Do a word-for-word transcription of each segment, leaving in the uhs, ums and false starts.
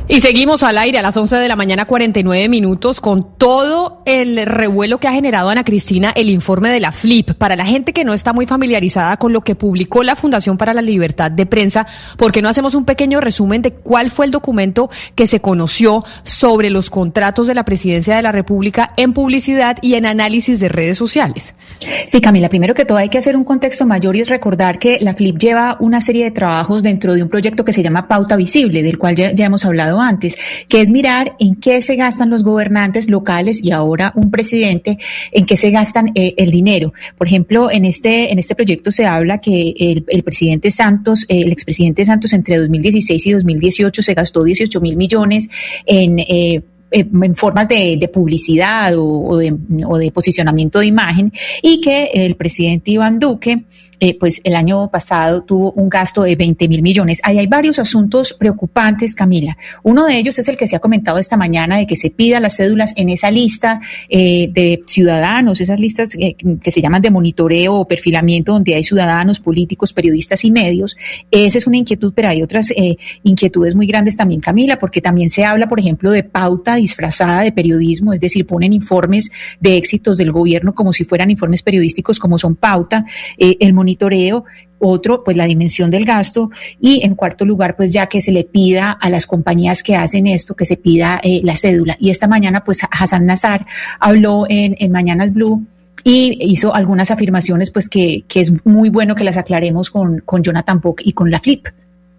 Y seguimos al aire a las once de la mañana, cuarenta y nueve minutos, con todo el revuelo que ha generado, Ana Cristina, el informe de la F L I P. Para la gente que no está muy familiarizada con lo que publicó la Fundación para la Libertad de Prensa, ¿por qué no hacemos un pequeño resumen de cuál fue el documento que se conoció sobre los contratos de la Presidencia de la República en publicidad y en análisis de redes sociales? Sí, Camila, primero que todo hay que hacer un contexto mayor y es recordar que la F L I P lleva una serie de trabajos dentro de un proyecto que se llama Pauta Visible, del cual ya, ya hemos hablado antes, que es mirar en qué se gastan los gobernantes locales y ahora un presidente, en qué se gastan eh, el dinero. Por ejemplo, en este en este proyecto se habla que el, el presidente Santos, eh, el expresidente Santos entre dos mil dieciséis y dos mil dieciocho se gastó dieciocho mil millones en eh, en formas de, de publicidad o, o, de, o de posicionamiento de imagen, y que el presidente Iván Duque eh, pues el año pasado tuvo un gasto de veinte mil millones. Ahí hay varios asuntos preocupantes, Camila. Uno de ellos es el que se ha comentado esta mañana, de que se pida las cédulas en esa lista eh, de ciudadanos, esas listas eh, que se llaman de monitoreo o perfilamiento, donde hay ciudadanos, políticos, periodistas y medios. Esa es una inquietud, pero hay otras eh, inquietudes muy grandes también, Camila, porque también se habla, por ejemplo, de pauta disfrazada de periodismo, es decir, ponen informes de éxitos del gobierno como si fueran informes periodísticos, como son pauta, eh, el monitoreo. Otro, pues la dimensión del gasto, y en cuarto lugar, pues ya que se le pida a las compañías que hacen esto, que se pida eh, la cédula. Y esta mañana, pues Hassan Nazar habló en, en Mañanas Blue y hizo algunas afirmaciones, pues que, que es muy bueno que las aclaremos con, con Jonathan Bock y con la F L I P.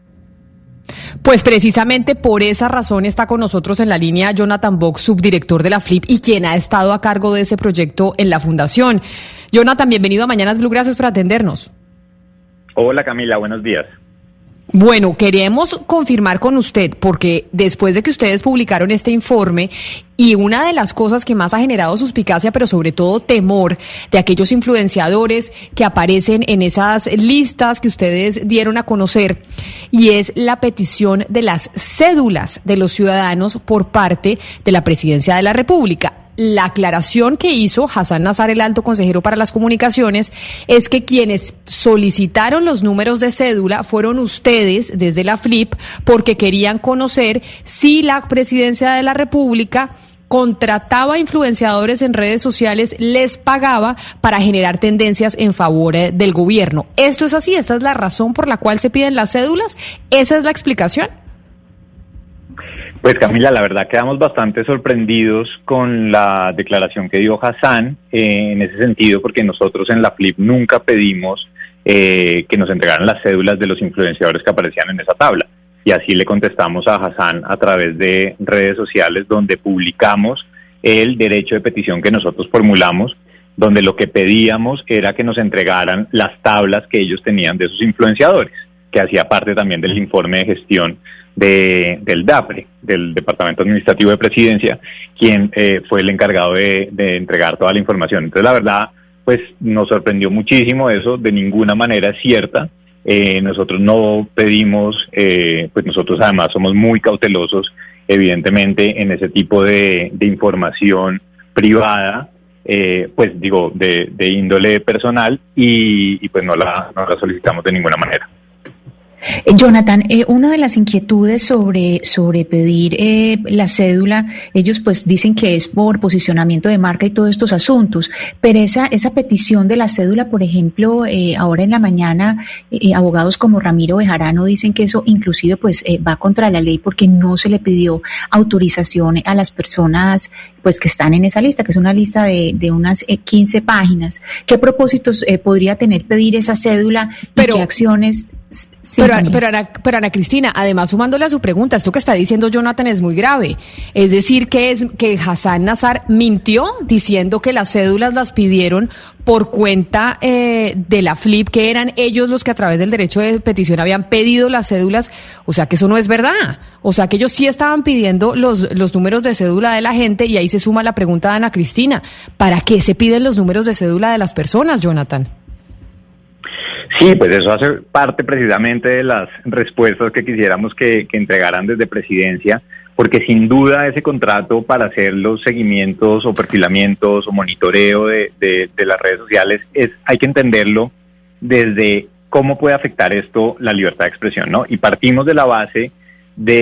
Pues precisamente por esa razón está con nosotros en la línea Jonathan Bock, subdirector de la F L I P y quien ha estado a cargo de ese proyecto en la Fundación. Jonathan, bienvenido a Mañanas Blue, gracias por atendernos. Hola Camila, buenos días. Bueno, queremos confirmar con usted, porque después de que ustedes publicaron este informe, y una de las cosas que más ha generado suspicacia, pero sobre todo temor, de aquellos influenciadores que aparecen en esas listas que ustedes dieron a conocer, y es la petición de las cédulas de los ciudadanos por parte de la Presidencia de la República. La aclaración que hizo Hassan Nazar, el alto consejero para las comunicaciones, es que quienes solicitaron los números de cédula fueron ustedes desde la F L I P, porque querían conocer si la Presidencia de la República contrataba influenciadores en redes sociales, les pagaba para generar tendencias en favor del gobierno. ¿Esto es así? ¿Esa es la razón por la cual se piden las cédulas? ¿Esa es la explicación? Pues Camila, la verdad quedamos bastante sorprendidos con la declaración que dio Hassan eh, en ese sentido, porque nosotros en la F L I P nunca pedimos eh, que nos entregaran las cédulas de los influenciadores que aparecían en esa tabla. Y así le contestamos a Hassan a través de redes sociales, donde publicamos el derecho de petición que nosotros formulamos, donde lo que pedíamos era que nos entregaran las tablas que ellos tenían de esos influenciadores, que hacía parte también del informe de gestión de, del DAPRE, del Departamento Administrativo de Presidencia, quien eh, fue el encargado de, de entregar toda la información. Entonces, la verdad, pues nos sorprendió muchísimo eso, de ninguna manera es cierta. Eh, nosotros no pedimos, eh, pues nosotros además somos muy cautelosos, evidentemente, en ese tipo de, de información privada, eh, pues digo, de, de índole personal, y, y pues no la, no la solicitamos de ninguna manera. Jonathan, eh, una de las inquietudes sobre sobre pedir eh, la cédula, ellos pues dicen que es por posicionamiento de marca y todos estos asuntos, pero esa esa petición de la cédula, por ejemplo, eh, ahora en la mañana, eh, abogados como Ramiro Bejarano dicen que eso inclusive pues eh, va contra la ley, porque no se le pidió autorización a las personas pues que están en esa lista, que es una lista de, de unas eh, quince páginas. ¿Qué propósitos eh, podría tener pedir esa cédula y pero, qué acciones? Sí, pero, pero, Ana, pero Ana Cristina, además sumándole a su pregunta, esto que está diciendo Jonathan es muy grave. Es decir, que es que Hassan Nazar mintió diciendo que las cédulas las pidieron por cuenta eh, de la F L I P, que eran ellos los que a través del derecho de petición habían pedido las cédulas. O sea que eso no es verdad. O sea que ellos sí estaban pidiendo los, los números de cédula de la gente, y ahí se suma la pregunta de Ana Cristina. ¿Para qué se piden los números de cédula de las personas, Jonathan? Sí, pues eso hace parte precisamente de las respuestas que quisiéramos que, que entregaran desde Presidencia, porque sin duda ese contrato para hacer los seguimientos o perfilamientos o monitoreo de, de, de las redes sociales, es hay que entenderlo desde cómo puede afectar esto la libertad de expresión, ¿no? Y partimos de la base de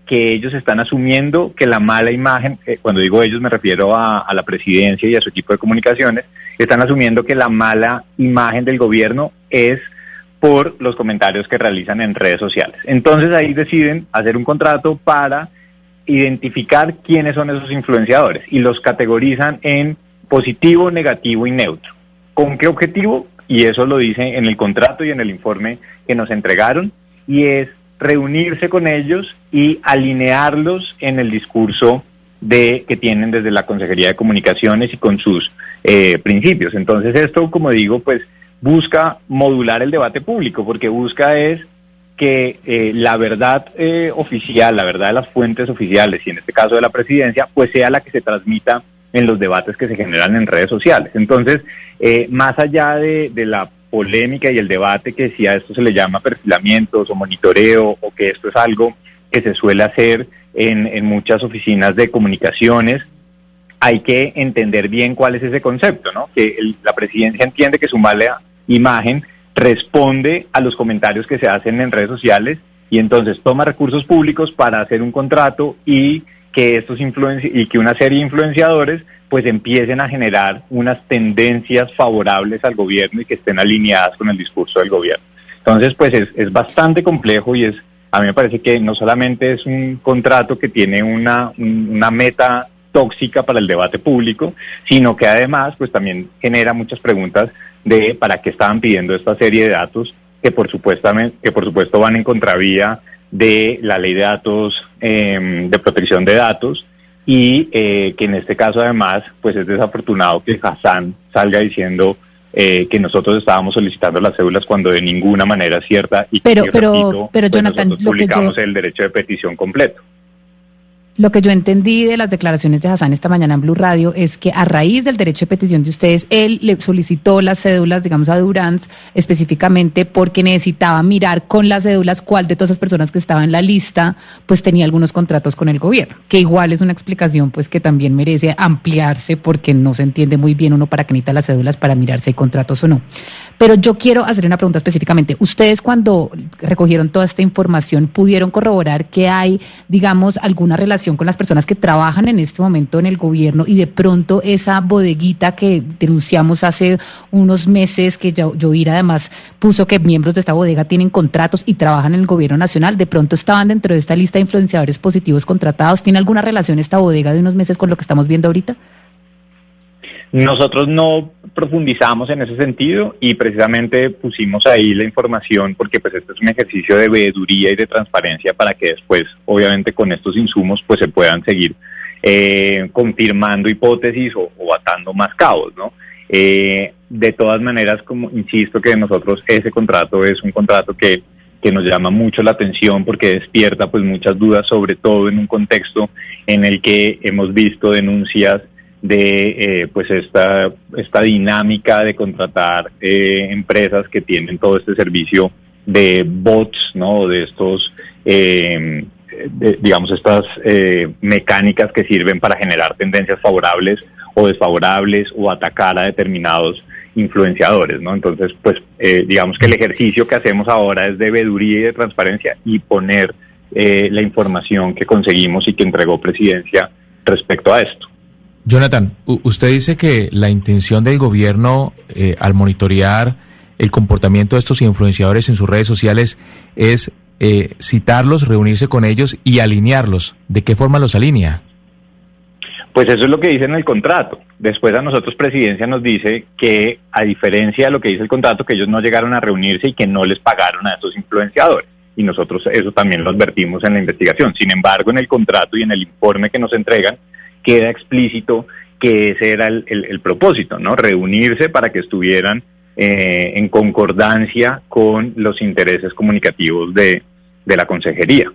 que ellos están asumiendo que la mala imagen, eh, cuando digo ellos me refiero a, a la presidencia y a su equipo de comunicaciones, están asumiendo que la mala imagen del gobierno es por los comentarios que realizan en redes sociales. Entonces ahí deciden hacer un contrato para identificar quiénes son esos influenciadores y los categorizan en positivo, negativo y neutro. ¿Con qué objetivo? Y eso lo dice en el contrato y en el informe que nos entregaron, y es reunirse con ellos y alinearlos en el discurso de que tienen desde la Consejería de Comunicaciones y con sus eh, principios. Entonces esto, como digo, pues busca modular el debate público, porque busca es que eh, la verdad eh, oficial, la verdad de las fuentes oficiales, y en este caso de la presidencia, pues sea la que se transmita en los debates que se generan en redes sociales. Entonces, eh, más allá de, de la polémica y el debate que si a esto se le llama perfilamientos o monitoreo, o que esto es algo que se suele hacer en, en muchas oficinas de comunicaciones, hay que entender bien cuál es ese concepto, ¿no? Que el, la presidencia entiende que su mala imagen responde a los comentarios que se hacen en redes sociales, y entonces toma recursos públicos para hacer un contrato y que estos influenci- y que una serie de influenciadores pues empiecen a generar unas tendencias favorables al gobierno y que estén alineadas con el discurso del gobierno. Entonces pues es, es bastante complejo, y es, a mí me parece que no solamente es un contrato que tiene una, un, una meta tóxica para el debate público, sino que además pues también genera muchas preguntas de para qué estaban pidiendo esta serie de datos que por supuestamente que por supuesto van en contravía de la ley de datos, eh, de protección de datos, y eh, que en este caso además pues es desafortunado que Hassan salga diciendo eh, que nosotros estábamos solicitando las cédulas cuando de ninguna manera es cierta, y pero que, pero repito, pero pues Jonathan, nosotros lo que publicamos yo... el derecho de petición completo. Lo que yo entendí de las declaraciones de Hassan esta mañana en Blue Radio es que a raíz del derecho de petición de ustedes, él le solicitó las cédulas, digamos, a Durance, específicamente porque necesitaba mirar con las cédulas cuál de todas esas personas que estaban en la lista, pues tenía algunos contratos con el gobierno, que igual es una explicación pues que también merece ampliarse, porque no se entiende muy bien uno para qué necesita las cédulas para mirar si hay contratos o no. Pero yo quiero hacer una pregunta específicamente. Ustedes, cuando recogieron toda esta información, ¿pudieron corroborar que hay, digamos, alguna relación con las personas que trabajan en este momento en el gobierno, y de pronto esa bodeguita que denunciamos hace unos meses, que Llovir además puso que miembros de esta bodega tienen contratos y trabajan en el gobierno nacional, de pronto estaban dentro de esta lista de influenciadores positivos contratados? ¿Tiene alguna relación esta bodega de unos meses con lo que estamos viendo ahorita? Nosotros no profundizamos en ese sentido, y precisamente pusimos ahí la información porque pues este es un ejercicio de veeduría y de transparencia para que después, obviamente, con estos insumos pues se puedan seguir eh, confirmando hipótesis o, o atando más cabos, ¿no? Eh, de todas maneras, como insisto, que nosotros ese contrato es un contrato que que nos llama mucho la atención porque despierta pues muchas dudas, sobre todo en un contexto en el que hemos visto denuncias de eh, pues esta esta dinámica de contratar eh, empresas que tienen todo este servicio de bots, ¿no? De estos eh, de, digamos estas eh, mecánicas que sirven para generar tendencias favorables o desfavorables o atacar a determinados influenciadores, ¿no? Entonces, pues eh, digamos que el ejercicio que hacemos ahora es de veeduría y de transparencia, y poner eh, la información que conseguimos y que entregó Presidencia respecto a esto. Jonathan, usted dice que la intención del gobierno eh, al monitorear el comportamiento de estos influenciadores en sus redes sociales es eh, citarlos, reunirse con ellos y alinearlos. ¿De qué forma los alinea? Pues eso es lo que dice en el contrato. Después a nosotros Presidencia nos dice que, a diferencia de lo que dice el contrato, que ellos no llegaron a reunirse y que no les pagaron a estos influenciadores. Y nosotros eso también lo advertimos en la investigación. Sin embargo, en el contrato y en el informe que nos entregan, queda explícito que ese era el, el, el propósito, ¿no? Reunirse para que estuvieran eh, en concordancia con los intereses comunicativos de, de la consejería.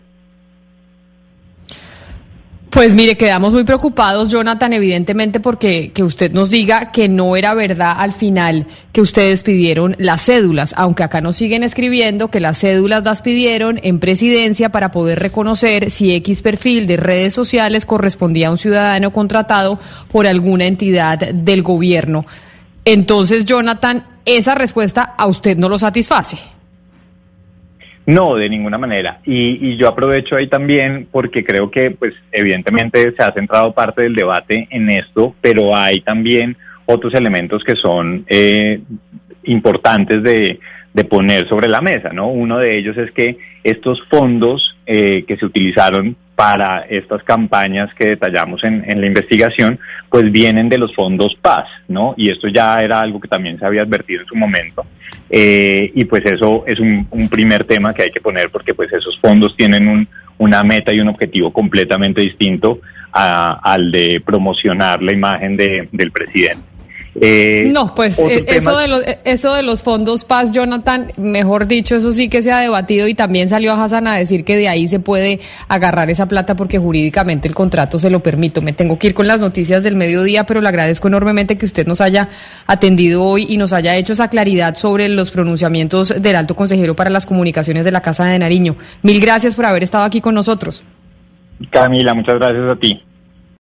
Pues mire, quedamos muy preocupados, Jonathan, evidentemente, porque que usted nos diga que no era verdad al final que ustedes pidieron las cédulas, aunque acá nos siguen escribiendo que las cédulas las pidieron en Presidencia para poder reconocer si X perfil de redes sociales correspondía a un ciudadano contratado por alguna entidad del gobierno. Entonces, Jonathan, esa respuesta a usted no lo satisface. No, de ninguna manera. Y, y yo aprovecho ahí también porque creo que, pues, evidentemente se ha centrado parte del debate en esto, pero hay también otros elementos que son eh, importantes de, de poner sobre la mesa, ¿no? Uno de ellos es que estos fondos eh, que se utilizaron para estas campañas que detallamos en, en la investigación, pues vienen de los fondos Paz, ¿no? Y esto ya era algo que también se había advertido en su momento. Eh, y pues eso es un, un primer tema que hay que poner porque pues esos fondos tienen un, una meta y un objetivo completamente distinto a, al de promocionar la imagen de, del presidente. Eh, no, pues eh, eso de los eso de los fondos Paz, Jonathan, mejor dicho, eso sí que se ha debatido y también salió Hassan a decir que de ahí se puede agarrar esa plata porque jurídicamente el contrato se lo permite. Me tengo que ir con las noticias del mediodía, pero le agradezco enormemente que usted nos haya atendido hoy y nos haya hecho esa claridad sobre los pronunciamientos del alto consejero para las comunicaciones de la Casa de Nariño. Mil gracias por haber estado aquí con nosotros. Camila, muchas gracias a ti.